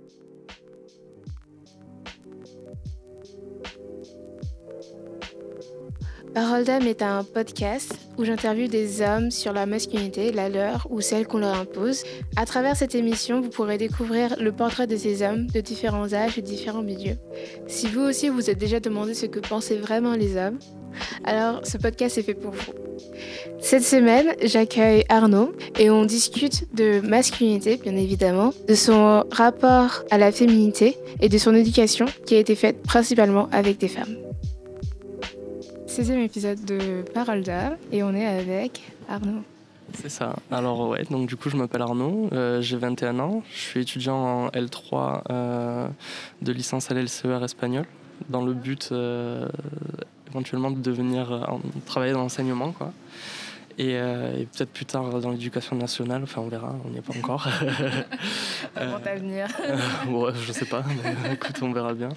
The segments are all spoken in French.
Parole d'âme est un podcast où j'interviewe des hommes sur leur masculinité, la leur ou celle qu'on leur impose. À travers cette émission, vous pourrez découvrir le portrait de ces hommes de différents âges et différents milieux. Si vous aussi vous êtes déjà demandé ce que pensaient vraiment les hommes, alors ce podcast est fait pour vous. Cette semaine, j'accueille Arnaud et on discute de masculinité, bien évidemment, de son rapport à la féminité et de son éducation qui a été faite principalement avec des femmes. 16e épisode de Parole d'âme et on est avec Arnaud. C'est ça. Alors ouais, donc du coup je m'appelle Arnaud, j'ai 21 ans, je suis étudiant en L3 de licence LLCER espagnol dans le but éventuellement de travailler dans l'enseignement quoi. Et peut-être plus tard dans l'éducation nationale, enfin on verra, on n'y est pas encore. Avant d'avenir. Ouais, je sais pas, mais écoute, on verra bien.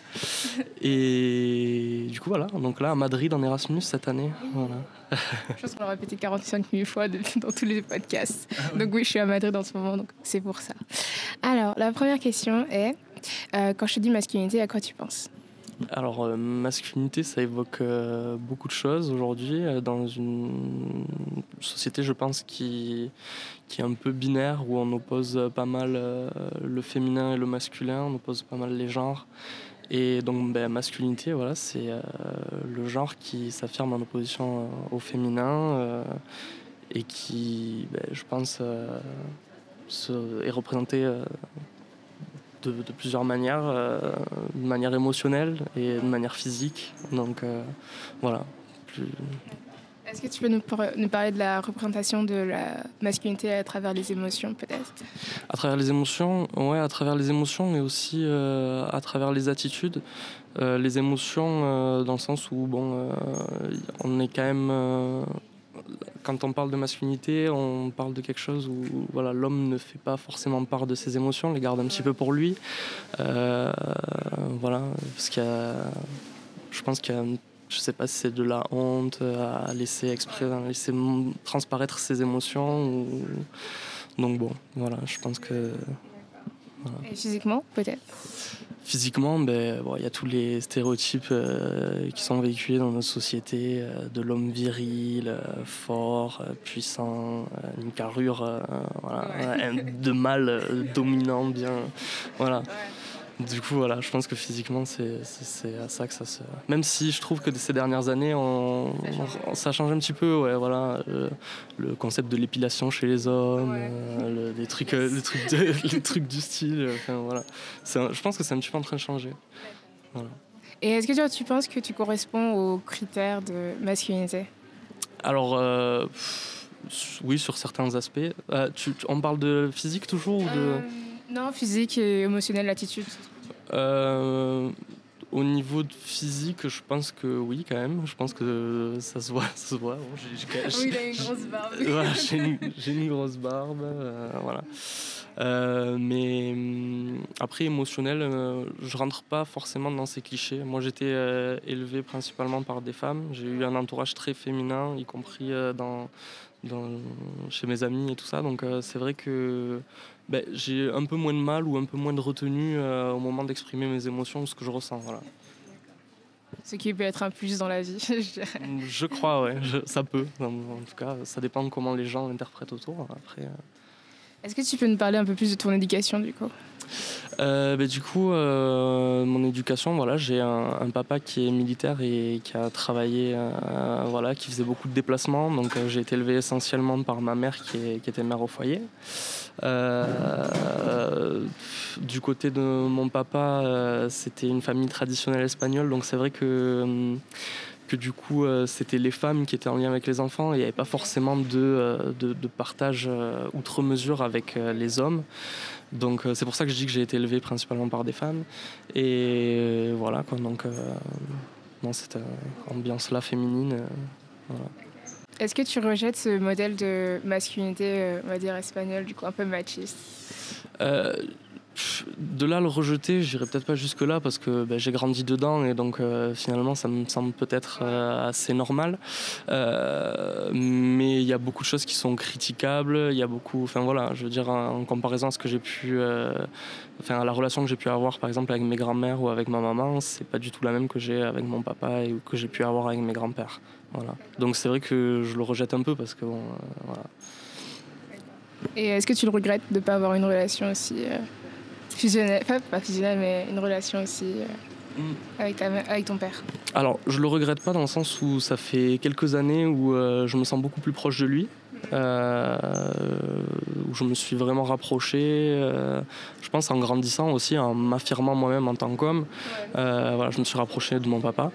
Et du coup voilà, donc là à Madrid en Erasmus cette année. Voilà. Je pense qu'on l'a répété 45 000 fois dans tous les podcasts. Donc oui, je suis à Madrid en ce moment, donc c'est pour ça. Alors, la première question est, quand je te dis masculinité, à quoi tu penses ? Alors, masculinité, ça évoque beaucoup de choses aujourd'hui dans une société, je pense, qui est un peu binaire, où on oppose pas mal le féminin et le masculin, on oppose pas mal les genres. Et donc, masculinité, voilà, c'est le genre qui s'affirme en opposition au féminin et qui, je pense, est représenté de plusieurs manières, de manière émotionnelle et de manière physique. Donc voilà. Est-ce que tu peux nous parler de la représentation de la masculinité à travers les émotions, peut-être ? À travers les émotions, ouais, à travers les émotions, mais aussi à travers les attitudes. Les émotions, dans le sens où, on est quand même... quand on parle de masculinité, on parle de quelque chose où voilà, l'homme ne fait pas forcément part de ses émotions, les garde un petit peu pour lui. Voilà, parce qu'il y a... Je pense qu'il y a... Je sais pas si c'est de la honte à laisser transparaître ses émotions. Donc bon, voilà, je pense que... Voilà. Et physiquement, peut-être ? Physiquement, y a tous les stéréotypes qui sont véhiculés dans notre société, de l'homme viril, fort, puissant, une carrure de mâle dominant, bien... Voilà. Ouais. Du coup, voilà, je pense que physiquement, c'est à ça que ça se... Même si je trouve que ces dernières années, ça change un petit peu, ouais, voilà, le concept de l'épilation chez les hommes, les trucs du style, enfin voilà. Je pense que c'est un petit peu en train de changer. Voilà. Et est-ce que tu penses que tu corresponds aux critères de masculinité ? Alors, oui, sur certains aspects. On parle de physique toujours ou de... Non, physique et émotionnel, l'attitude. Au niveau de physique, je pense que oui, quand même. Je pense que ça se voit. Bon, oui, il a une grosse barbe. Voilà, j'ai une grosse barbe, voilà. Mais après, émotionnel, je rentre pas forcément dans ces clichés. Moi, j'étais élevé principalement par des femmes. J'ai eu un entourage très féminin, y compris chez mes amis et tout ça. Donc, c'est vrai que j'ai un peu moins de mal ou un peu moins de retenue au moment d'exprimer mes émotions ou ce que je ressens. Voilà. Ce qui peut être un plus dans la vie, je dirais. Je crois, ouais. Ça peut. En tout cas, ça dépend de comment les gens l'interprètent autour. Après... Est-ce que tu peux nous parler un peu plus de ton éducation, du coup ? Mon éducation, voilà, j'ai un papa qui est militaire et qui a travaillé, qui faisait beaucoup de déplacements. Donc j'ai été élevé essentiellement par ma mère qui était mère au foyer. Du côté de mon papa, c'était une famille traditionnelle espagnole, donc c'est vrai que du coup c'était les femmes qui étaient en lien avec les enfants et il n'y avait pas forcément de partage outre mesure avec les hommes. Donc c'est pour ça que je dis que j'ai été élevé principalement par des femmes. Et voilà quoi, donc dans cette ambiance-là féminine. Voilà. Est-ce que tu rejettes ce modèle de masculinité, on va dire espagnol, du coup un peu machiste ? De là le rejeter, j'irai peut-être pas jusque là parce que j'ai grandi dedans et donc finalement ça me semble peut-être assez normal. Mais il y a beaucoup de choses qui sont critiquables. Il y a beaucoup, enfin voilà, je veux dire en comparaison à ce que j'ai pu, à la relation que j'ai pu avoir par exemple avec mes grands-mères ou avec ma maman, c'est pas du tout la même que j'ai avec mon papa et que j'ai pu avoir avec mes grands-pères. Voilà. Donc c'est vrai que je le rejette un peu parce que bon, voilà. Et est-ce que tu le regrettes de ne pas avoir une relation aussi fusionnelle, enfin pas fusionnelle, mais une relation aussi avec ton père? Alors, je le regrette pas dans le sens où ça fait quelques années où je me sens beaucoup plus proche de lui, où je me suis vraiment rapproché, je pense en grandissant aussi, en m'affirmant moi-même en tant qu'homme. Voilà, je me suis rapproché de mon papa.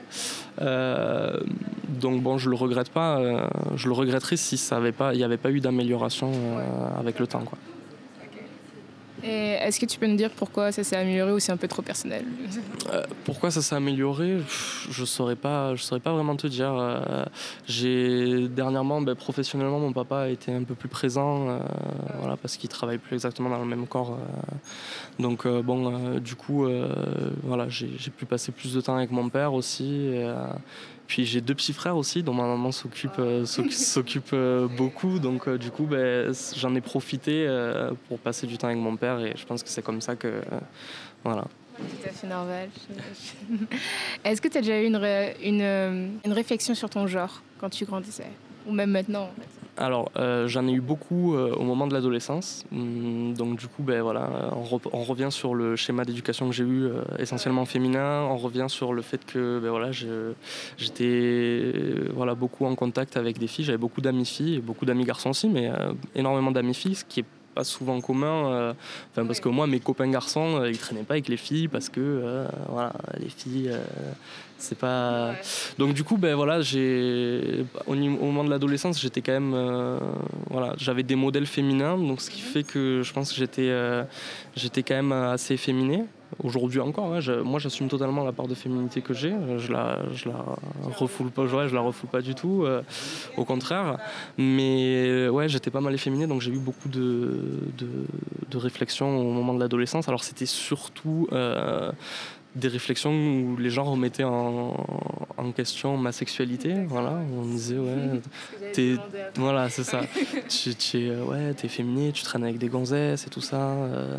Donc bon, je le regrette pas. Je le regretterais si il n'y avait pas eu d'amélioration avec le temps, quoi. Et est-ce que tu peux nous dire pourquoi ça s'est amélioré ou c'est un peu trop personnel? Pourquoi ça s'est amélioré? Je saurais pas vraiment te dire. J'ai dernièrement, professionnellement, mon papa a été un peu plus présent, voilà, parce qu'il travaille plus exactement dans le même corps. Donc du coup, voilà, j'ai pu passer plus de temps avec mon père aussi. Puis j'ai 2 petits frères aussi dont ma maman s'occupe beaucoup, donc du coup j'en ai profité pour passer du temps avec mon père et je pense que c'est comme ça que voilà. Tout à fait normal. Est-ce que tu as déjà eu une réflexion sur ton genre quand tu grandissais? Ou même maintenant en fait? Alors j'en ai eu beaucoup au moment de l'adolescence, donc du coup on revient sur le schéma d'éducation que j'ai eu essentiellement féminin, on revient sur le fait que j'étais beaucoup en contact avec des filles, j'avais beaucoup d'amis filles et beaucoup d'amis garçons aussi, mais énormément d'amis filles, ce qui est pas souvent commun, parce que moi mes copains garçons ils traînaient pas avec les filles parce que les filles c'est pas. Donc du coup au moment de l'adolescence j'étais quand même j'avais des modèles féminins, donc ce qui fait que je pense que j'étais quand même assez efféminé. Aujourd'hui encore, moi j'assume totalement la part de féminité que j'ai, je la refoule pas, je la refoule pas du tout, au contraire. Mais j'étais pas mal efféminé, donc j'ai eu beaucoup de réflexions au moment de l'adolescence. Alors c'était surtout des réflexions où les gens remettaient en question ma sexualité, voilà, on me disait voilà, c'est ça, t'es féminine, tu traînes avec des gonzesses et tout ça,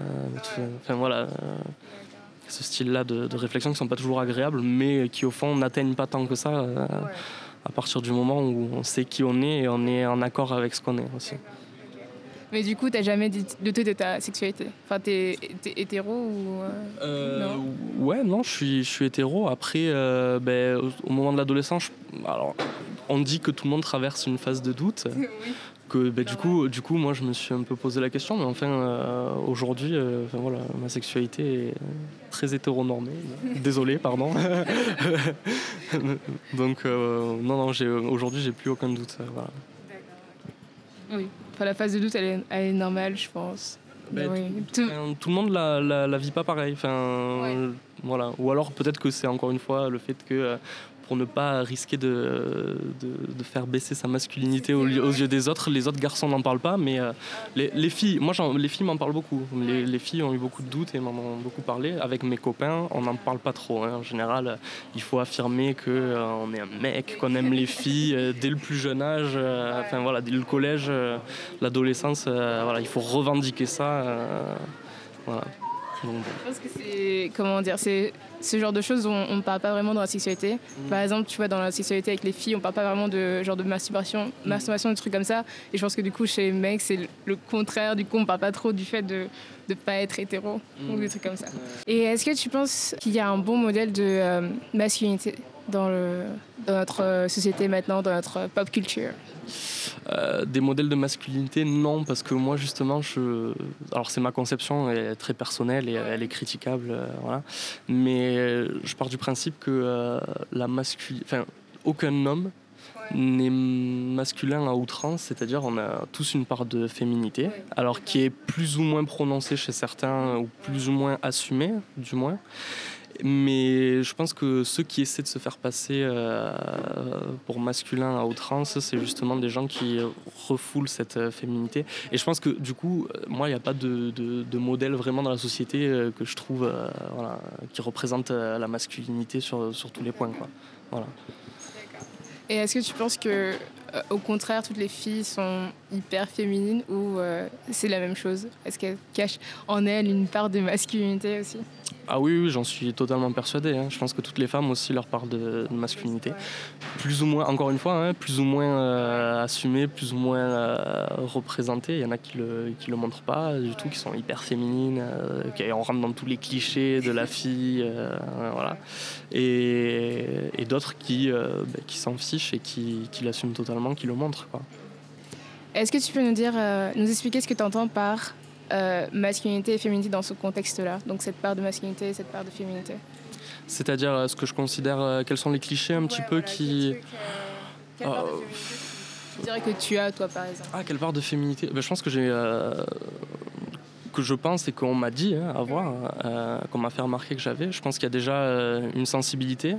ce style-là de réflexion qui sont pas toujours agréables, mais qui au fond n'atteignent pas tant que ça, à partir du moment où on sait qui on est et on est en accord avec ce qu'on est aussi. Mais du coup, t'as jamais douté de ta sexualité? Enfin, t'es hétéro ou non? Ouais, non, je suis hétéro. Après, au moment de l'adolescence, alors, on dit que tout le monde traverse une phase de doute. Oui. Que du coup, moi, je me suis un peu posé la question, mais enfin, aujourd'hui, ma sexualité est très hétéronormée. Désolé, pardon. Donc, non, aujourd'hui, j'ai plus aucun doute. Voilà. D'accord. Oui. Enfin, la phase de doute, elle est normale, je pense. Tout le monde la vit pas pareil. Voilà. Ou alors peut-être que c'est encore une fois le fait que pour ne pas risquer de faire baisser sa masculinité aux yeux des autres, les autres garçons n'en parlent pas, mais les filles, les filles m'en parlent beaucoup. Les filles ont eu beaucoup de doutes et m'en ont beaucoup parlé. Avec mes copains, on n'en parle pas trop. En général, il faut affirmer qu'on est un mec, qu'on aime les filles dès le plus jeune âge. Dès le collège, l'adolescence, il faut revendiquer ça. Voilà. Je pense que c'est ce genre de choses où on ne parle pas vraiment dans la sexualité. Par exemple, tu vois, dans la sexualité avec les filles, on ne parle pas vraiment de genre de masturbation, de trucs comme ça. Et je pense que du coup, chez les mecs, c'est le contraire. Du coup, on ne parle pas trop du fait de ne pas être hétéro ou des trucs comme ça. Et est-ce que tu penses qu'il y a un bon modèle de masculinité dans notre société maintenant, dans notre pop culture? Des modèles de masculinité, non, parce que moi justement alors c'est ma conception, elle est très personnelle et elle est critiquable, voilà. Mais je pars du principe que aucun homme n'est masculin à outrance, c'est-à-dire on a tous une part de féminité, alors qui est plus ou moins prononcée chez certains ou plus ou moins assumée, du moins. Mais je pense que ceux qui essaient de se faire passer pour masculin à outrance, c'est justement des gens qui refoulent cette féminité. Et je pense que du coup, moi, il n'y a pas de modèle vraiment dans la société que je trouve qui représente la masculinité sur tous les points, quoi. Voilà. Et est-ce que tu penses que, au contraire, toutes les filles sont hyper féminines ou c'est la même chose? Est-ce qu'elles cachent en elles une part de masculinité aussi? Ah oui, j'en suis totalement persuadé. Hein. Je pense que toutes les femmes aussi leur part de masculinité. Plus ou moins, encore une fois, hein, plus ou moins assumée, plus ou moins représentée. Il y en a qui le montrent pas du tout, qui sont hyper féminines, on rentre dans tous les clichés de la fille, voilà. Et d'autres qui s'en fichent et qui l'assument totalement, qui le montrent, quoi. Est-ce que tu peux nous expliquer ce que tu entends par masculinité et féminité dans ce contexte-là, donc cette part de masculinité et cette part de féminité? C'est-à-dire ce que je considère, quels sont les clichés un petit peu qui... Quelle part de féminité tu dirais que tu as, toi, par exemple? Ah, quelle part de féminité? Je pense que que je pense et qu'on m'a dit avoir, qu'on m'a fait remarquer que j'avais. Je pense qu'il y a déjà une sensibilité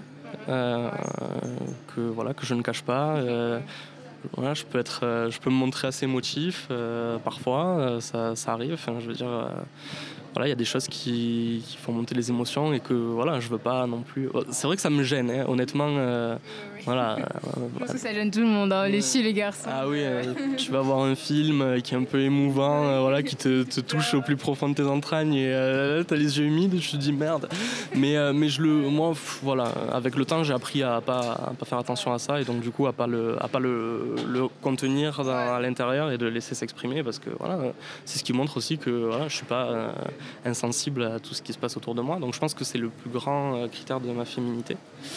que je ne cache pas. Voilà, je peux me montrer assez émotif parfois, ça arrive. Enfin, je veux dire, voilà, il y a des choses qui font monter les émotions et que voilà, je veux pas non plus. C'est vrai que ça me gêne, hein, honnêtement. Voilà. Je pense que ça gêne tout le monde, hein, les filles, les garçons. Ah oui, tu vas voir un film qui est un peu émouvant, voilà, qui te touche au plus profond de tes entrailles et t'as les yeux humides, je te dis merde. Mais moi, voilà, avec le temps, j'ai appris à pas faire attention à ça et donc du coup à pas le contenir à l'intérieur et de le laisser s'exprimer parce que voilà, c'est ce qui montre aussi que voilà, je suis pas insensible à tout ce qui se passe autour de moi. Donc je pense que c'est le plus grand critère de ma féminité.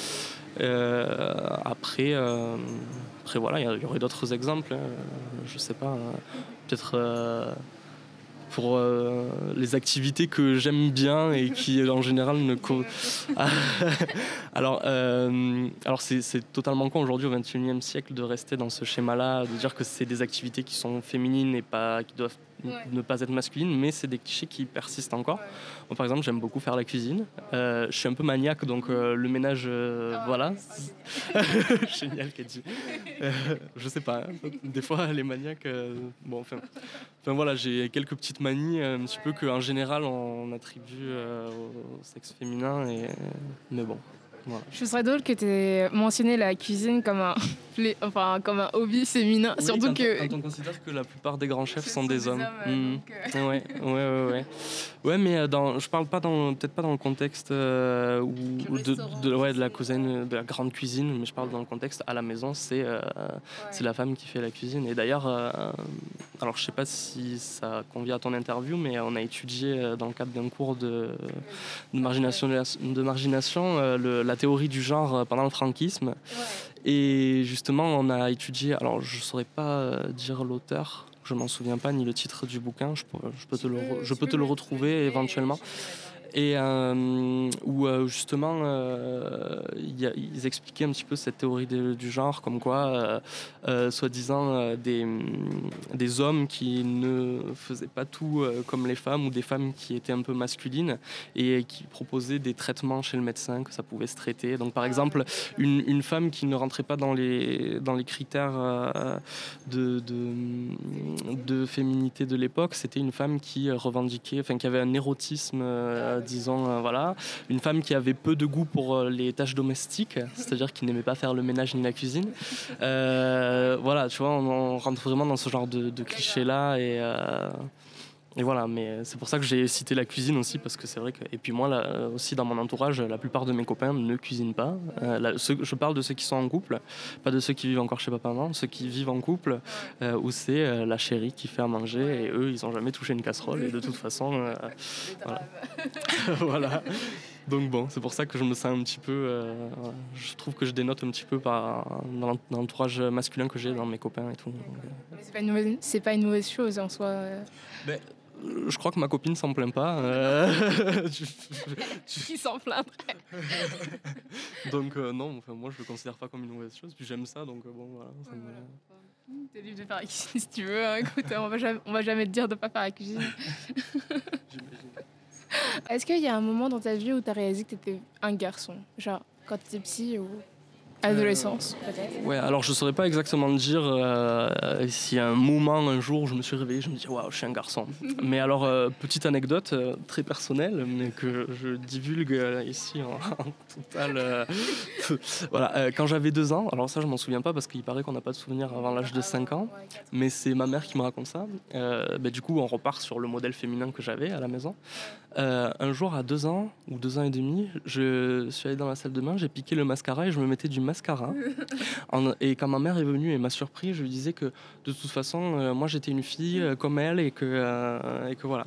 Après voilà, il y aurait d'autres exemples, je sais pas, peut-être pour les activités que j'aime bien et qui en général ne alors c'est totalement con aujourd'hui au XXIe siècle de rester dans ce schéma-là, de dire que c'est des activités qui sont féminines et qui doivent ne pas être masculines, mais c'est des clichés qui persistent encore. Moi, par exemple, j'aime beaucoup faire la cuisine. Je suis un peu maniaque, donc le ménage, voilà. Génial qu'elle dit. Je sais pas, hein. Des fois les maniaques, enfin voilà, j'ai quelques petites manies un petit peu qu'en général on attribue au sexe féminin, mais bon. Voilà. Je trouve drôle que tu aies mentionné la cuisine comme comme un hobby féminin. Oui, surtout quand on considère que la plupart des grands chefs sont des hommes. Ouais. Ouais, mais je parle pas peut-être pas dans le contexte de la cuisine, de la grande cuisine, mais je parle dans le contexte à la maison, c'est la femme qui fait la cuisine. Et d'ailleurs, alors je sais pas si ça convient à ton interview, mais on a étudié dans le cadre d'un cours de margination, la théorie du genre pendant le franquisme. Ouais. Et justement, on a étudié, alors je ne saurais pas dire l'auteur, je ne m'en souviens pas, ni le titre du bouquin, je peux te le retrouver éventuellement. Et où justement ils expliquaient un petit peu cette théorie du genre, comme quoi soi-disant des hommes qui ne faisaient pas tout comme les femmes, ou des femmes qui étaient un peu masculines et qui proposaient des traitements chez le médecin, que ça pouvait se traiter. Donc par exemple une femme qui ne rentrait pas dans les critères de féminité de l'époque, c'était une femme qui revendiquait, qui avait un érotisme disons, voilà, une femme qui avait peu de goût pour les tâches domestiques, c'est-à-dire qui n'aimait pas faire le ménage ni la cuisine. Voilà, tu vois, on rentre vraiment dans ce genre de clichés-là et voilà, mais c'est pour ça que j'ai cité la cuisine aussi, parce que c'est vrai que... Et puis moi, là, aussi dans mon entourage, la plupart de mes copains ne cuisinent pas. Je parle de ceux qui sont en couple, pas de ceux qui vivent encore chez papa-maman, ceux qui vivent en couple, où c'est la chérie qui fait à manger, et eux, ils n'ont jamais touché une casserole, et de toute façon... voilà. Voilà. Donc bon, c'est pour ça que je me sens un petit peu... je trouve que je dénote un petit peu dans l'entourage masculin que j'ai dans mes copains et tout. Mais c'est pas une mauvaise chose en soi. Je crois que ma copine s'en plaint pas. Qui s'en plaindrait? Donc non, moi je le considère pas comme une mauvaise chose. Puis j'aime ça, donc bon voilà. T'es libre de faire la cuisine si tu veux. Hein. Écoute, on va jamais te dire de pas faire la cuisine. J'imagine. Est-ce qu'il y a un moment dans ta vie où tu as réalisé que tu étais un garçon? Genre, quand tu étais petit ou adolescence, peut-être? Ouais, alors je saurais pas exactement dire s'il y a un moment, un jour où je me suis réveillé, je me dis waouh, je suis un garçon. Mais alors, petite anecdote très personnelle, mais que je divulgue ici en total. Voilà, quand j'avais 2 ans, alors ça je m'en souviens pas parce qu'il paraît qu'on n'a pas de souvenir avant l'âge de 5 ans, mais c'est ma mère qui me raconte ça. Du coup, on repart sur le modèle féminin que j'avais à la maison. Un jour, à 2 ans ou 2 ans et demi, je suis allé dans la salle de bain, j'ai piqué le mascara et je me mettais du mascara. Et quand ma mère est venue et m'a surpris, je lui disais que de toute façon, moi j'étais une fille comme elle et que voilà.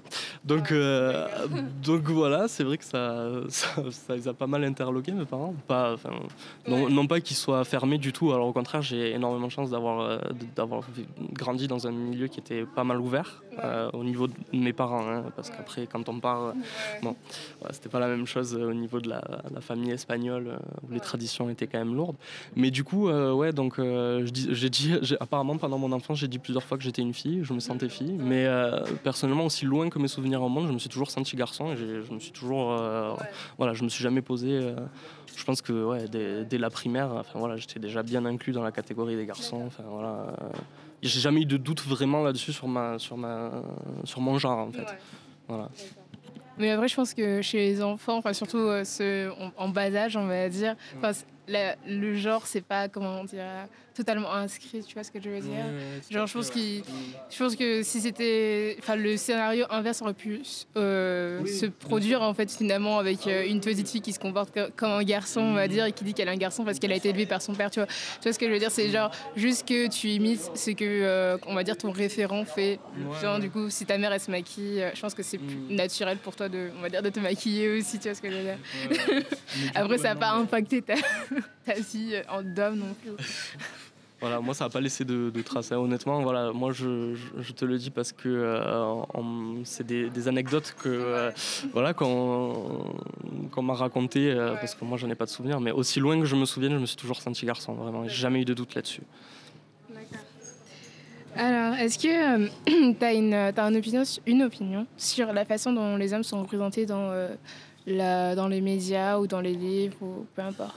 Donc voilà, c'est vrai que ça les a pas mal interloqués, mes parents. Non pas qu'ils soient fermés du tout, alors au contraire, j'ai énormément de chance d'avoir grandi dans un milieu qui était pas mal ouvert au niveau de mes parents, hein, parce qu'après, quand on part, bon, voilà, c'était pas la même chose au niveau de la famille espagnole où les traditions étaient quand même lourdes. Mais du coup, apparemment pendant mon enfance, j'ai dit plusieurs fois que j'étais une fille, je me sentais fille, mais personnellement, aussi loin que mes souvenirs remontent, je me suis toujours senti garçon et je me suis toujours, voilà, je me suis jamais posé. Je pense que dès la primaire, enfin voilà, j'étais déjà bien inclus dans la catégorie des garçons. Enfin voilà, j'ai jamais eu de doute vraiment là-dessus sur mon genre en fait. Voilà. Mais après, je pense que chez les enfants, enfin, surtout ceux en bas âge, on va dire, le genre, c'est pas, comment dire, totalement inscrit, tu vois ce que je veux dire? Genre, je pense que si c'était... Enfin, le scénario inverse aurait pu se produire, en fait, finalement, avec une petite fille qui se comporte comme un garçon, on va dire, et qui dit qu'elle est un garçon parce qu'elle a été élevée par son père, tu vois. Tu vois ce que je veux dire? C'est genre, juste que tu imites ce que, on va dire, ton référent fait. Genre, du coup, si ta mère, elle se maquille, je pense que c'est plus naturel pour toi on va dire, de te maquiller aussi, tu vois ce que je veux dire? Après, ça n'a pas impacté ta vie en d'homme non plus. Voilà, moi ça n'a pas laissé de traces. Honnêtement, voilà, moi je te le dis parce que c'est des anecdotes que voilà qu'on m'a racontées parce que moi j'en ai pas de souvenirs. Mais aussi loin que je me souvienne, je me suis toujours senti garçon. Vraiment, j'ai jamais eu de doute là-dessus. D'accord. Alors, est-ce que tu as une opinion sur la façon dont les hommes sont représentés dans les médias ou dans les livres ou peu importe?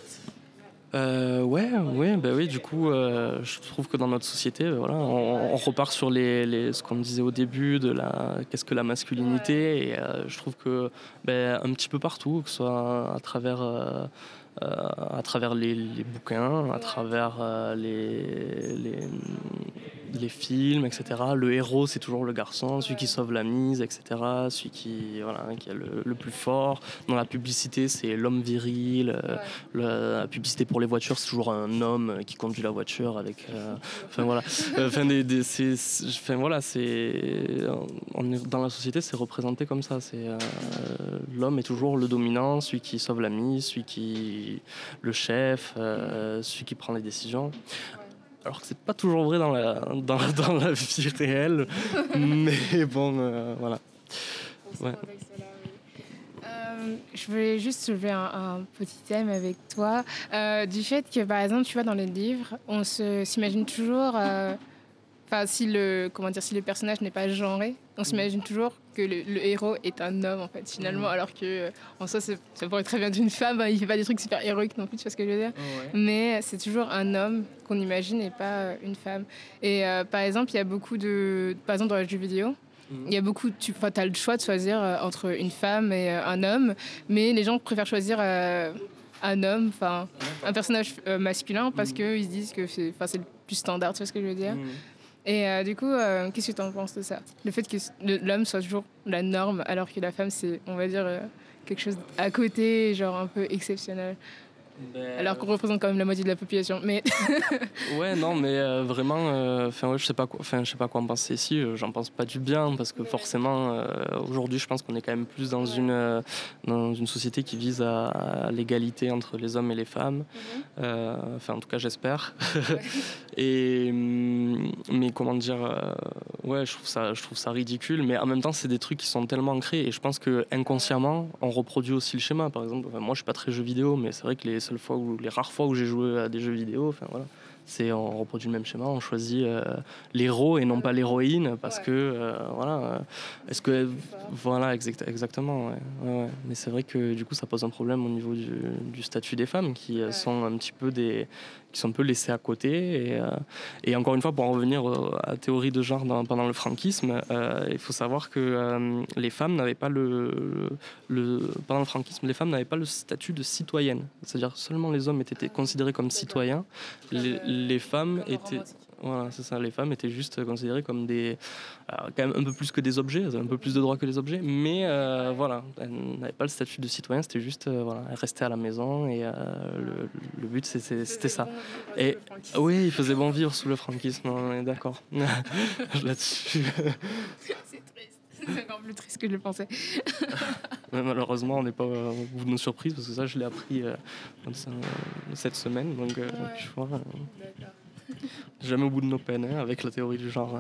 Oui, du coup, je trouve que dans notre société, voilà, on repart sur ce qu'on disait au début de qu'est-ce que la masculinité, et je trouve que un petit peu partout, que ce soit à travers les bouquins, à travers les films, etc. Le héros, c'est toujours le garçon, celui qui sauve la mise, etc. Celui qui est le plus fort. Dans la publicité, c'est l'homme viril. La publicité pour les voitures, c'est toujours un homme qui conduit la voiture avec. Dans la société, c'est représenté comme ça. L'homme est toujours le dominant, celui qui sauve la mise, le chef, celui qui prend les décisions. Alors que c'est pas toujours vrai dans la vie réelle, mais bon, voilà. Ouais. Je voulais juste soulever un petit thème avec toi, du fait que, par exemple, tu vois, dans les livres, on s'imagine toujours... si le personnage n'est pas genré, on s'imagine toujours que le héros est un homme, en fait, finalement, alors que en soi, ça pourrait très bien être une femme, hein, il fait pas des trucs super héroïques non plus, tu vois ce que je veux dire? Mais c'est toujours un homme qu'on imagine et pas une femme. Et par exemple, il y a beaucoup par exemple, dans les jeux vidéo, il y a beaucoup, tu as le choix de choisir entre une femme et un homme, mais les gens préfèrent choisir un homme, un personnage masculin, parce qu'ils se disent que c'est le plus standard, tu vois ce que je veux dire? Et du coup, qu'est-ce que tu en penses de ça? Le fait que l'homme soit toujours la norme, alors que la femme, c'est, on va dire, quelque chose à côté, genre un peu exceptionnel. Alors qu'on représente quand même la moitié de la population. Mais ouais, non, mais vraiment, je sais pas quoi en penser ici. J'en pense pas du bien parce que forcément, aujourd'hui, je pense qu'on est quand même plus dans une société qui vise à l'égalité entre les hommes et les femmes. En tout cas, j'espère. Mais comment dire, je trouve ça ridicule. Mais en même temps, c'est des trucs qui sont tellement ancrés et je pense que inconsciemment, on reproduit aussi le schéma. Par exemple, moi, je suis pas très jeu vidéo, mais c'est vrai que les rares fois où j'ai joué à des jeux vidéo, On reproduit le même schéma, on choisit l'héros et non pas l'héroïne parce que voilà. Est-ce que voilà exactement. Ouais. Mais c'est vrai que du coup ça pose un problème au niveau du statut des femmes qui sont un petit peu qui sont un peu laissées à côté et encore une fois pour en revenir à la théorie de genre pendant le franquisme, il faut savoir que les femmes n'avaient pas pendant le franquisme les femmes n'avaient pas le statut de citoyenne, c'est-à-dire seulement les hommes étaient considérés comme citoyens. Les femmes étaient voilà, c'est ça, les femmes étaient juste considérées comme quand même un peu plus que des objets, elles avaient un peu plus de droits que les objets, mais voilà, elles n'avaient pas le statut de citoyen, c'était juste voilà, elles restaient à la maison et le but c'était ça. Et oui, il faisait bon vivre sous le franquisme, on est d'accord. Là-dessus. C'est triste. C'est encore plus triste que je le pensais. Mais malheureusement, on n'est pas au bout de nos surprises parce que ça, je l'ai appris cette semaine. Donc, tu vois, jamais au bout de nos peines avec la théorie du genre.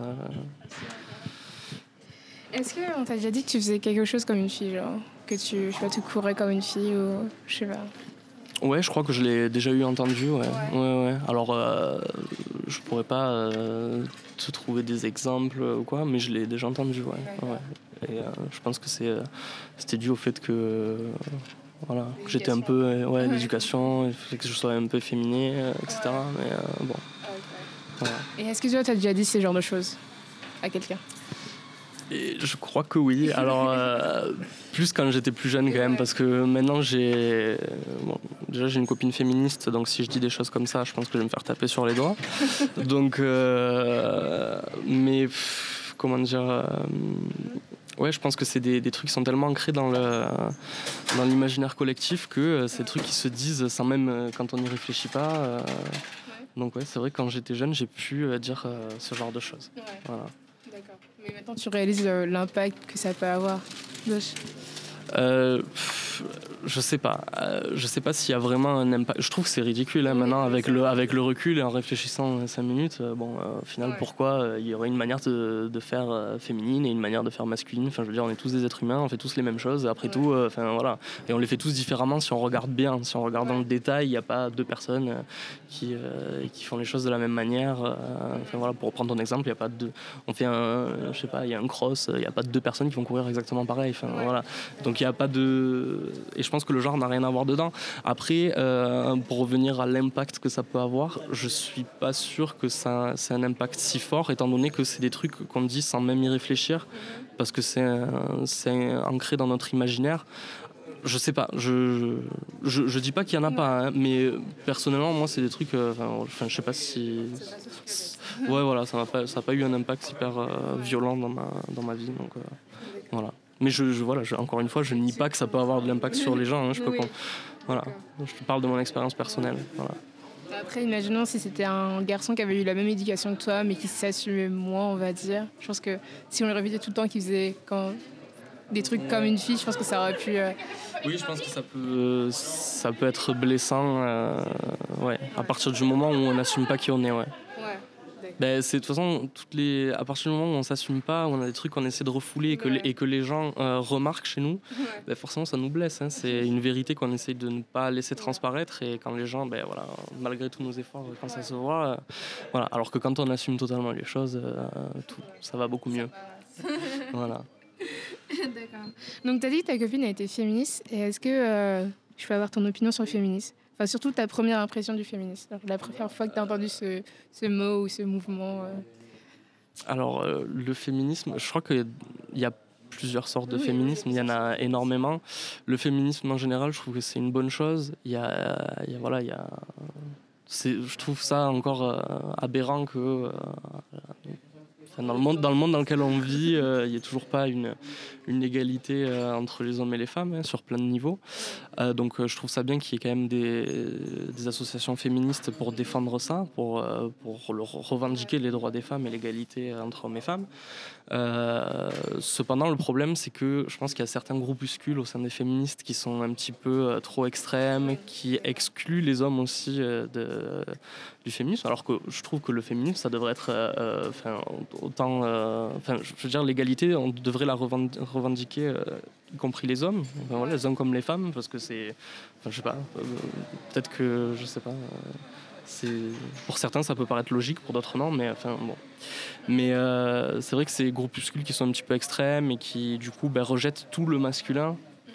Est-ce qu'on t'a déjà dit que tu faisais quelque chose comme une fille, genre que tu courais comme une fille ou je sais pas? Ouais, je crois que je l'ai déjà eu entendu. Ouais. Alors, je pourrais pas te trouver des exemples ou quoi, mais je l'ai déjà entendu. Ouais. Et je pense que c'était dû au fait que voilà, j'étais un peu l'éducation, il fallait que je sois un peu féminin, etc. Mais bon. Voilà. Et est-ce que toi t'as déjà dit ces genres de choses à quelqu'un? Et je crois que oui. Alors, plus quand j'étais plus jeune quand même, parce que maintenant déjà j'ai une copine féministe, donc si je dis des choses comme ça, je pense que je vais me faire taper sur les doigts. Donc, mais comment dire ouais, je pense que c'est des trucs qui sont tellement ancrés dans l'imaginaire collectif que c'est des trucs qui se disent sans même quand on n'y réfléchit pas. Donc ouais, c'est vrai que quand j'étais jeune, j'ai pu dire ce genre de choses. Ouais. Voilà. D'accord. Mais maintenant, tu réalises l'impact que ça peut avoir. Je sais pas. Je sais pas s'il y a vraiment un impact. Je trouve que c'est ridicule maintenant avec le recul et en réfléchissant 5 minutes. Au final, pourquoi il y aurait une manière de faire féminine et une manière de faire masculine. Enfin, je veux dire, on est tous des êtres humains, on fait tous les mêmes choses. Après tout, voilà. Et on les fait tous différemment si on regarde bien. Si on regarde dans le détail, il n'y a pas deux personnes qui font les choses de la même manière. Voilà, pour reprendre ton exemple, il y a pas de. On fait je sais pas, il y a un cross, il n'y a pas deux personnes qui vont courir exactement pareil. Voilà. Donc il n'y a pas de. Et je pense que le genre n'a rien à voir dedans. Après, pour revenir à l'impact que ça peut avoir, je suis pas sûr que c'est un impact si fort, étant donné que c'est des trucs qu'on dit sans même y réfléchir, parce que c'est ancré dans notre imaginaire. Je sais pas, je dis pas qu'il y en a pas, hein, mais personnellement, moi, c'est des trucs. Je sais pas si. Ouais, voilà, ça n'a pas eu un impact hyper violent dans ma vie, donc voilà. Mais encore une fois, je ne nie pas que ça peut avoir de l'impact sur les gens. Hein, voilà, je te parle de mon expérience personnelle. Voilà. Après, imaginons si c'était un garçon qui avait eu la même éducation que toi, mais qui s'assumait moins, on va dire. Je pense que si on le répétait tout le temps, qu'il faisait des trucs comme une fille, je pense que ça aurait pu... Oui, je pense que ça peut être blessant à partir du moment où on n'assume pas qui on est. Ouais. Ben, c'est de toute façon à partir du moment où on s'assume pas, où on a des trucs qu'on essaie de refouler et que les gens remarquent chez nous, ben forcément ça nous blesse. Hein. C'est une vérité qu'on essaie de ne pas laisser transparaître et quand les gens, malgré tous nos efforts, quand ça se voit, voilà. Alors que quand on assume totalement les choses, ça va beaucoup mieux. Voilà. D'accord. Donc tu as dit que ta copine a été féministe et est-ce que je peux avoir ton opinion sur le féminisme? Enfin, surtout ta première impression du féminisme. La première fois que tu as entendu ce mot ou ce mouvement. Alors, le féminisme, je crois qu'il y a plusieurs sortes de féminisme. Il y en a énormément. Le féminisme, en général, je trouve que c'est une bonne chose. Je trouve ça encore aberrant que... dans le monde dans lequel on vit, il n'y a toujours pas une égalité entre les hommes et les femmes sur plein de niveaux. Donc je trouve ça bien qu'il y ait quand même des associations féministes pour défendre ça, pour revendiquer les droits des femmes et l'égalité entre hommes et femmes. Cependant, le problème, c'est que je pense qu'il y a certains groupuscules au sein des féministes qui sont un petit peu trop extrêmes, qui excluent les hommes aussi du féminisme, alors que je trouve que le féminisme, ça devrait être autant... je veux dire, l'égalité, on devrait la revendiquer, y compris les hommes, les hommes comme les femmes, parce que c'est... je sais pas, peut-être que... je sais pas... Pour certains, ça peut paraître logique, pour d'autres non, mais enfin bon. Mais c'est vrai que c'est des groupuscules qui sont un petit peu extrêmes et qui, du coup, rejettent tout le masculin.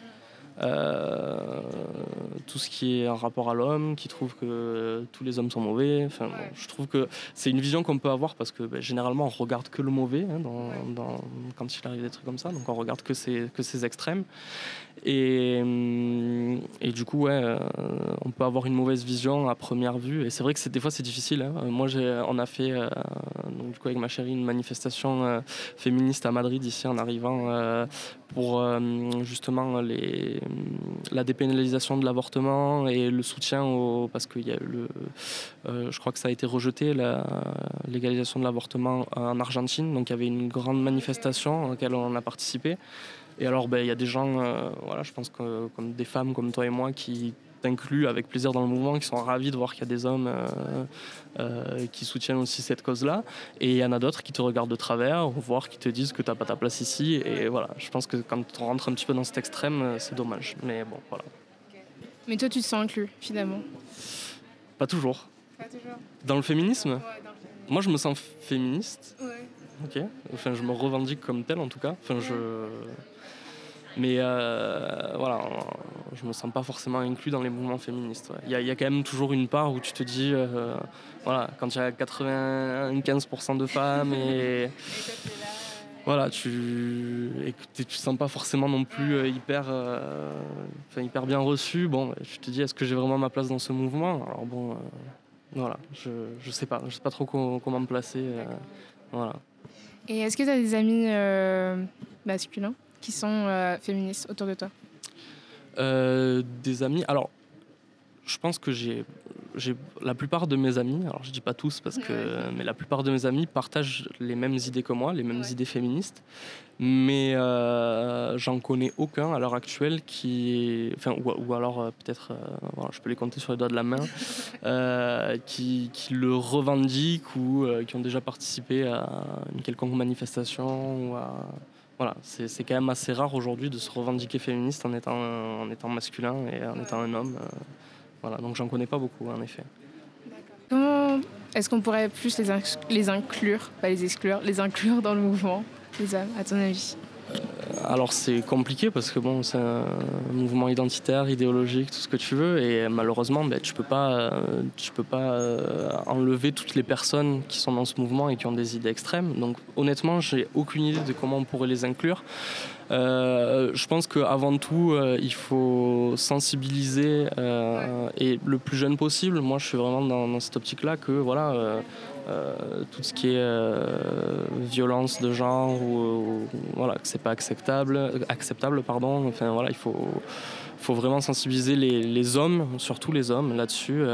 Tout ce qui est en rapport à l'homme, qui trouve que tous les hommes sont mauvais. Enfin, bon, je trouve que c'est une vision qu'on peut avoir parce que généralement on regarde que le mauvais quand il arrive des trucs comme ça, donc on regarde que ces extrêmes. Et du coup, on peut avoir une mauvaise vision à première vue. Et c'est vrai que des fois c'est difficile. Moi, on a fait donc, du coup, avec ma chérie une manifestation féministe à Madrid ici en arrivant pour justement la dépénalisation de l'avortement et le soutien parce qu'il y a je crois que ça a été rejeté, la légalisation de l'avortement en Argentine. Donc il y avait une grande manifestation à laquelle on a participé. Et alors il y a des gens, je pense que, comme des femmes comme toi et moi qui t'incluent avec plaisir dans le mouvement, qui sont ravis de voir qu'il y a des hommes qui soutiennent aussi cette cause-là. Et il y en a d'autres qui te regardent de travers, voire qui te disent que tu n'as pas ta place ici. Et voilà, je pense que quand on rentre un petit peu dans cet extrême, c'est dommage. Mais bon, voilà. Mais toi, tu te sens inclus, finalement? Pas toujours. Pas toujours. Dans le féminisme? Ouais, dans le féminisme. Moi, je me sens féministe. Ouais. Ok. Enfin, je me revendique comme tel, en tout cas. Enfin, Mais je me sens pas forcément inclus dans les mouvements féministes. Ouais. Il y a quand même toujours une part où tu te dis, quand il y a 95% de femmes et voilà, tu sens pas forcément non plus hyper bien reçu. Bon, tu te dis, est-ce que j'ai vraiment ma place dans ce mouvement? Alors bon, voilà, je sais pas trop comment me placer. Voilà. Et est-ce que tu as des amis masculins qui sont féministes autour de toi? Des amis. Alors, je pense que j'ai la plupart de mes amis, alors je dis pas tous mais la plupart de mes amis partagent les mêmes idées que moi, les mêmes idées féministes, mais j'en connais aucun à l'heure actuelle ou alors peut-être, je peux les compter sur les doigts de la main, qui le revendiquent ou qui ont déjà participé à une quelconque manifestation ou à... Voilà, c'est quand même assez rare aujourd'hui de se revendiquer féministe en étant masculin et en étant un homme. Voilà, donc j'en connais pas beaucoup, en effet. Comment est-ce qu'on pourrait plus les inclure, pas les exclure, les inclure dans le mouvement, les hommes, à ton avis? Alors c'est compliqué parce que bon, c'est un mouvement identitaire, idéologique, tout ce que tu veux, et malheureusement tu peux pas enlever toutes les personnes qui sont dans ce mouvement et qui ont des idées extrêmes. Donc honnêtement, j'ai aucune idée de comment on pourrait les inclure. Je pense qu'avant tout, il faut sensibiliser et le plus jeune possible. Moi, je suis vraiment dans cette optique-là que voilà. Tout ce qui est violence de genre ou voilà, que c'est pas acceptable pardon. Enfin voilà, il faut vraiment sensibiliser les hommes, surtout les hommes là-dessus,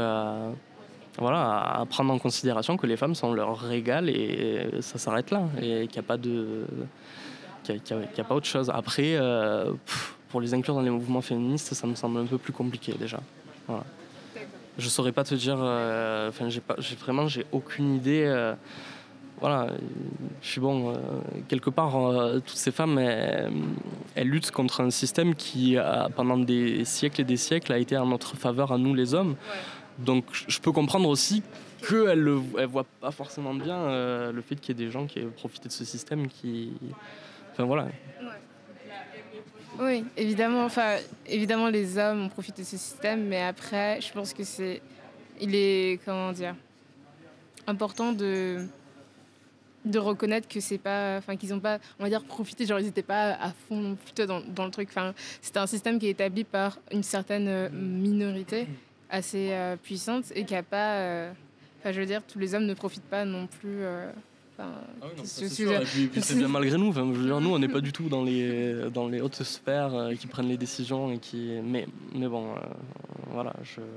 à prendre en considération que les femmes sont leur égal et ça s'arrête là et qu'il n'y a pas pas autre chose. Après, pour les inclure dans les mouvements féministes, ça me semble un peu plus compliqué déjà. Voilà. Je saurais pas te dire, j'ai aucune idée. Voilà, je suis bon. Quelque part, toutes ces femmes, elles luttent contre un système qui, pendant des siècles et des siècles, a été en notre faveur à nous les hommes. Ouais. Donc, je peux comprendre aussi qu'elles ne voient pas forcément bien le fait qu'il y ait des gens qui aient profité de ce système qui... Enfin, voilà. Ouais. Oui, évidemment, les hommes ont profité de ce système, mais après, je pense que il est important de reconnaître que c'est pas, qu'ils ont pas, on va dire, profité, genre ils étaient pas à fond plutôt dans le truc. C'était un système qui est établi par une certaine minorité assez puissante et qui a pas, je veux dire, tous les hommes ne profitent pas non plus. C'est sûr. Et puis c'est bien malgré nous. Je veux dire, nous, on n'est pas du tout dans les hautes sphères qui prennent les décisions et mais bon, voilà,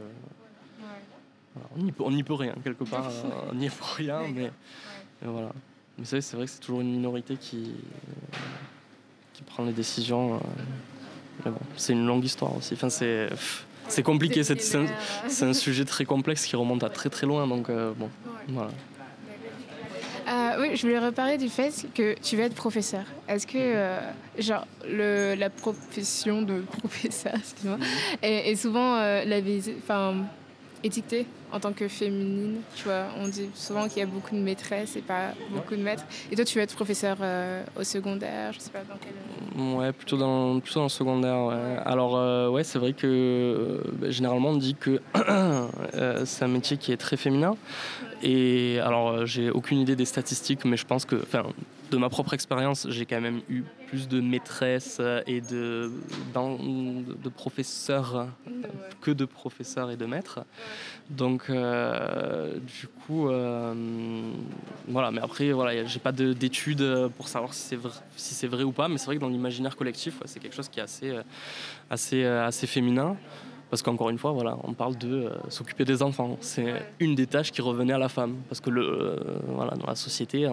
on n'y peut rien quelque part. On n'y est pour rien, mais voilà. Mais c'est vrai que c'est toujours une minorité qui prend les décisions. Mais bon, c'est une longue histoire aussi. Enfin, c'est compliqué. C'est un sujet très complexe qui remonte à très très loin. Donc bon, voilà. Oui, je voulais reparler du fait que tu veux être professeur. Est-ce que la profession de professeur, excuse-moi, est souvent étiquetée en tant que féminine, tu vois, on dit souvent qu'il y a beaucoup de maîtresses et pas beaucoup de maîtres. Et toi, tu veux être professeur au secondaire, je sais pas dans quel... Ouais, plutôt dans le secondaire. Ouais. Alors, ouais, c'est vrai que généralement on dit que c'est un métier qui est très féminin. Et alors, j'ai aucune idée des statistiques, mais je pense que, enfin, de ma propre expérience, j'ai quand même eu plus de maîtresses et de professeurs que de professeurs et de maîtres. Donc, du coup, voilà. Mais après, voilà, j'ai pas d'études pour savoir si c'est vrai ou pas. Mais c'est vrai que dans l'imaginaire collectif, ouais, c'est quelque chose qui est assez féminin. Parce qu'encore une fois, voilà, on parle de s'occuper des enfants. C'est une des tâches qui revenait à la femme. Parce que voilà, dans la société,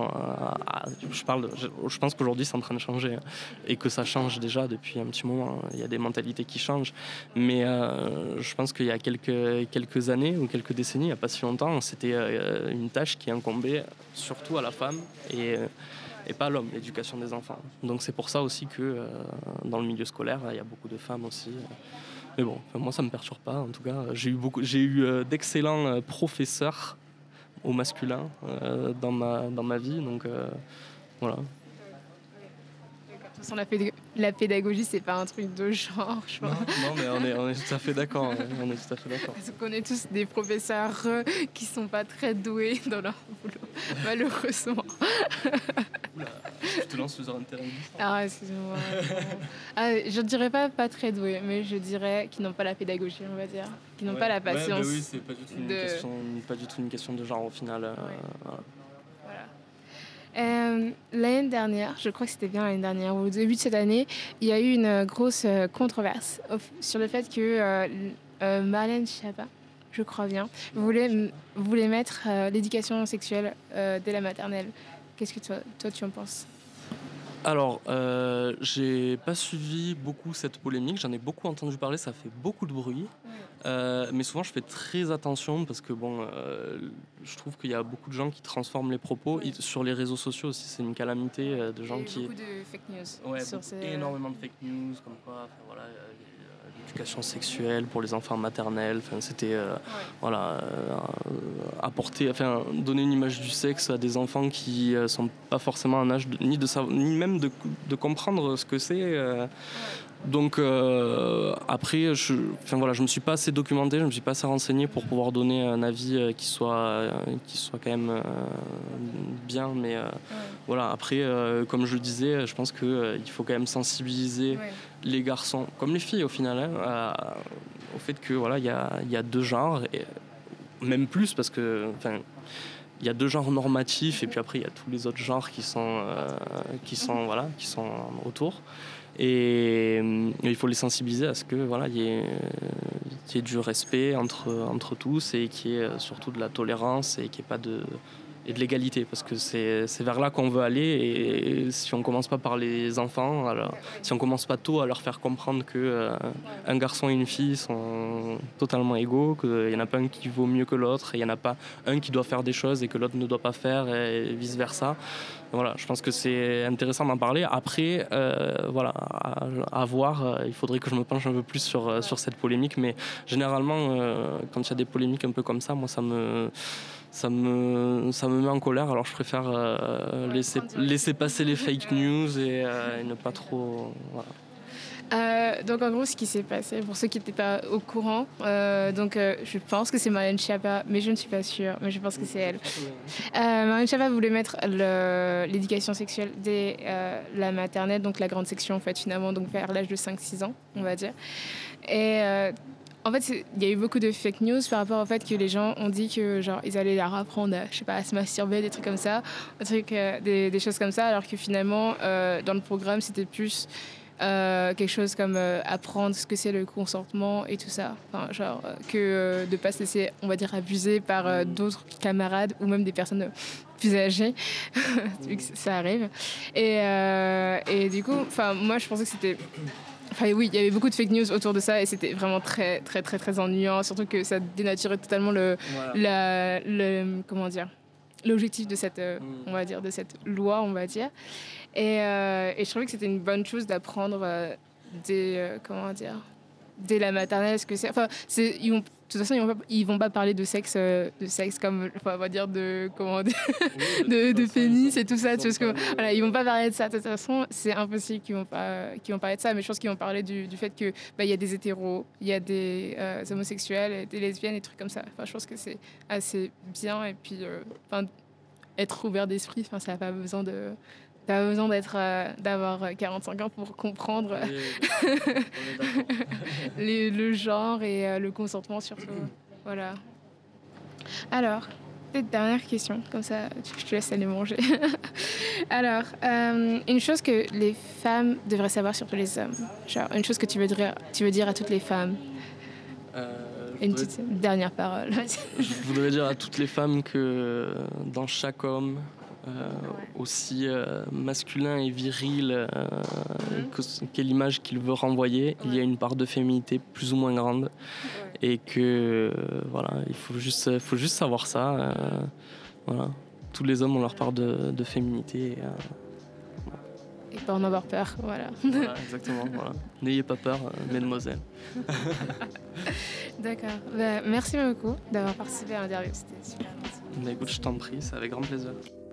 je pense qu'aujourd'hui c'est en train de changer. Hein, et que ça change déjà depuis un petit moment. Il y a des mentalités qui changent. Mais je pense qu'il y a quelques années ou quelques décennies, il n'y a pas si longtemps, c'était une tâche qui incombait surtout à la femme et pas à l'homme, l'éducation des enfants. Donc c'est pour ça aussi que dans le milieu scolaire, il y a beaucoup de femmes aussi. Mais bon, moi ça me perturbe pas. En tout cas, j'ai eu d'excellents professeurs au masculin dans ma vie, donc voilà. De toute façon, la pédagogie, c'est pas un truc de genre, je crois. Non, mais on est tout à fait d'accord. On est tout à fait d'accord. Parce qu'on est tous des professeurs qui sont pas très doués dans leur boulot, malheureusement. Oula, je te lance sur un terrain glissant. Ah, excuse-moi. Je dirais pas très doués, mais je dirais qu'ils n'ont pas la pédagogie, on va dire. Qu'ils n'ont pas la patience. Oui, c'est pas du tout une question de genre au final. Voilà. L'année dernière, je crois que c'était bien l'année dernière, ou au début de cette année, il y a eu une grosse controverse sur le fait que Marlène Schiappa, je crois bien, voulait mettre l'éducation sexuelle dès la maternelle. Qu'est-ce que toi tu en penses ? Alors, j'ai pas suivi beaucoup cette polémique, j'en ai beaucoup entendu parler, ça fait beaucoup de bruit. Mais souvent je fais très attention parce que bon, je trouve qu'il y a beaucoup de gens qui transforment les propos. Sur les réseaux sociaux aussi, c'est une calamité de gens qui... Beaucoup de fake news. Ouais, énormément de fake news, comme quoi, voilà, l'éducation sexuelle pour les enfants maternels, c'était donner une image du sexe à des enfants qui sont pas forcément en âge ni même de comprendre ce que c'est. Donc après, je me suis pas assez documenté, je me suis pas assez renseigné pour pouvoir donner un avis qui soit quand même bien. Mais voilà, après, comme je le disais, je pense qu'il faut quand même sensibiliser les garçons, comme les filles au final, au fait que voilà, il y a deux genres, et même plus parce que il y a deux genres normatifs et puis après il y a tous les autres genres qui sont autour. Et il faut les sensibiliser à ce que voilà, il y ait du respect entre tous et qu'il y ait surtout de la tolérance et qu'il n'y ait pas de l'égalité, parce que c'est vers là qu'on veut aller. Et si on commence pas par les enfants, alors, si on commence pas tôt à leur faire comprendre que un garçon et une fille sont totalement égaux, qu'il n'y en a pas un qui vaut mieux que l'autre, et il n'y en a pas un qui doit faire des choses et que l'autre ne doit pas faire, et vice versa. Voilà, je pense que c'est intéressant d'en parler. Après, voilà, à voir, il faudrait que je me penche un peu plus sur cette polémique, mais généralement, quand il y a des polémiques un peu comme ça, moi ça me met en colère. Alors je préfère laisser passer les fake news et ne pas trop... Voilà. Donc en gros, ce qui s'est passé, pour ceux qui n'étaient pas au courant, je pense que c'est Marlène Schiappa, mais je ne suis pas sûre, mais je pense que c'est elle. Marlène Schiappa voulait mettre l'éducation sexuelle dès la maternelle, donc la grande section en fait finalement, donc vers l'âge de 5-6 ans, on va dire. Et en fait, il y a eu beaucoup de fake news par rapport au fait que les gens ont dit que genre ils allaient leur apprendre à se masturber, des trucs comme ça, des choses comme ça, alors que finalement dans le programme c'était plus quelque chose comme apprendre ce que c'est le consentement et tout ça, que de pas se laisser, on va dire, abuser par d'autres camarades ou même des personnes plus âgées vu que ça arrive. Et du coup, moi je pensais que c'était... oui, il y avait beaucoup de fake news autour de ça et c'était vraiment très, très, très, très ennuyant. Surtout que ça dénaturait totalement comment dire, l'objectif de cette, on va dire, de cette loi, on va dire. Et je trouvais que c'était une bonne chose d'apprendre dès la maternelle ce que c'est. toute façon, ils vont pas parler de sexe comme, enfin, on va dire de pénis et tout ça. Parce que voilà, ils vont pas parler de ça. De toute façon, c'est impossible qu'ils vont parler de ça. Mais je pense qu'ils vont parler du fait que il y a des hétéros, il y a des homosexuels, des lesbiennes, des trucs comme ça. Enfin, je pense que c'est assez bien. Et puis, être ouvert d'esprit. Enfin, ça n'a pas besoin de T'as besoin d'avoir 45 ans pour comprendre le genre et le consentement surtout. Voilà. Alors, peut-être dernière question, comme ça je te laisse aller manger. Alors, une chose que les femmes devraient savoir sur les hommes, genre une chose que tu veux dire à toutes les femmes. Une petite dernière parole. Je voudrais dire à toutes les femmes que dans chaque homme, aussi masculin et viril qu'est l'image qu'il veut renvoyer, il y a une part de féminité plus ou moins grande et que voilà, il faut juste savoir ça. Voilà. Tous les hommes ont leur part de féminité. Et pas en avoir peur, voilà. Voilà, exactement. Voilà. N'ayez pas peur, mesdemoiselles. D'accord. Merci beaucoup d'avoir participé à l'interview. C'était super. Écoute, je t'en prie, c'est avec grand plaisir.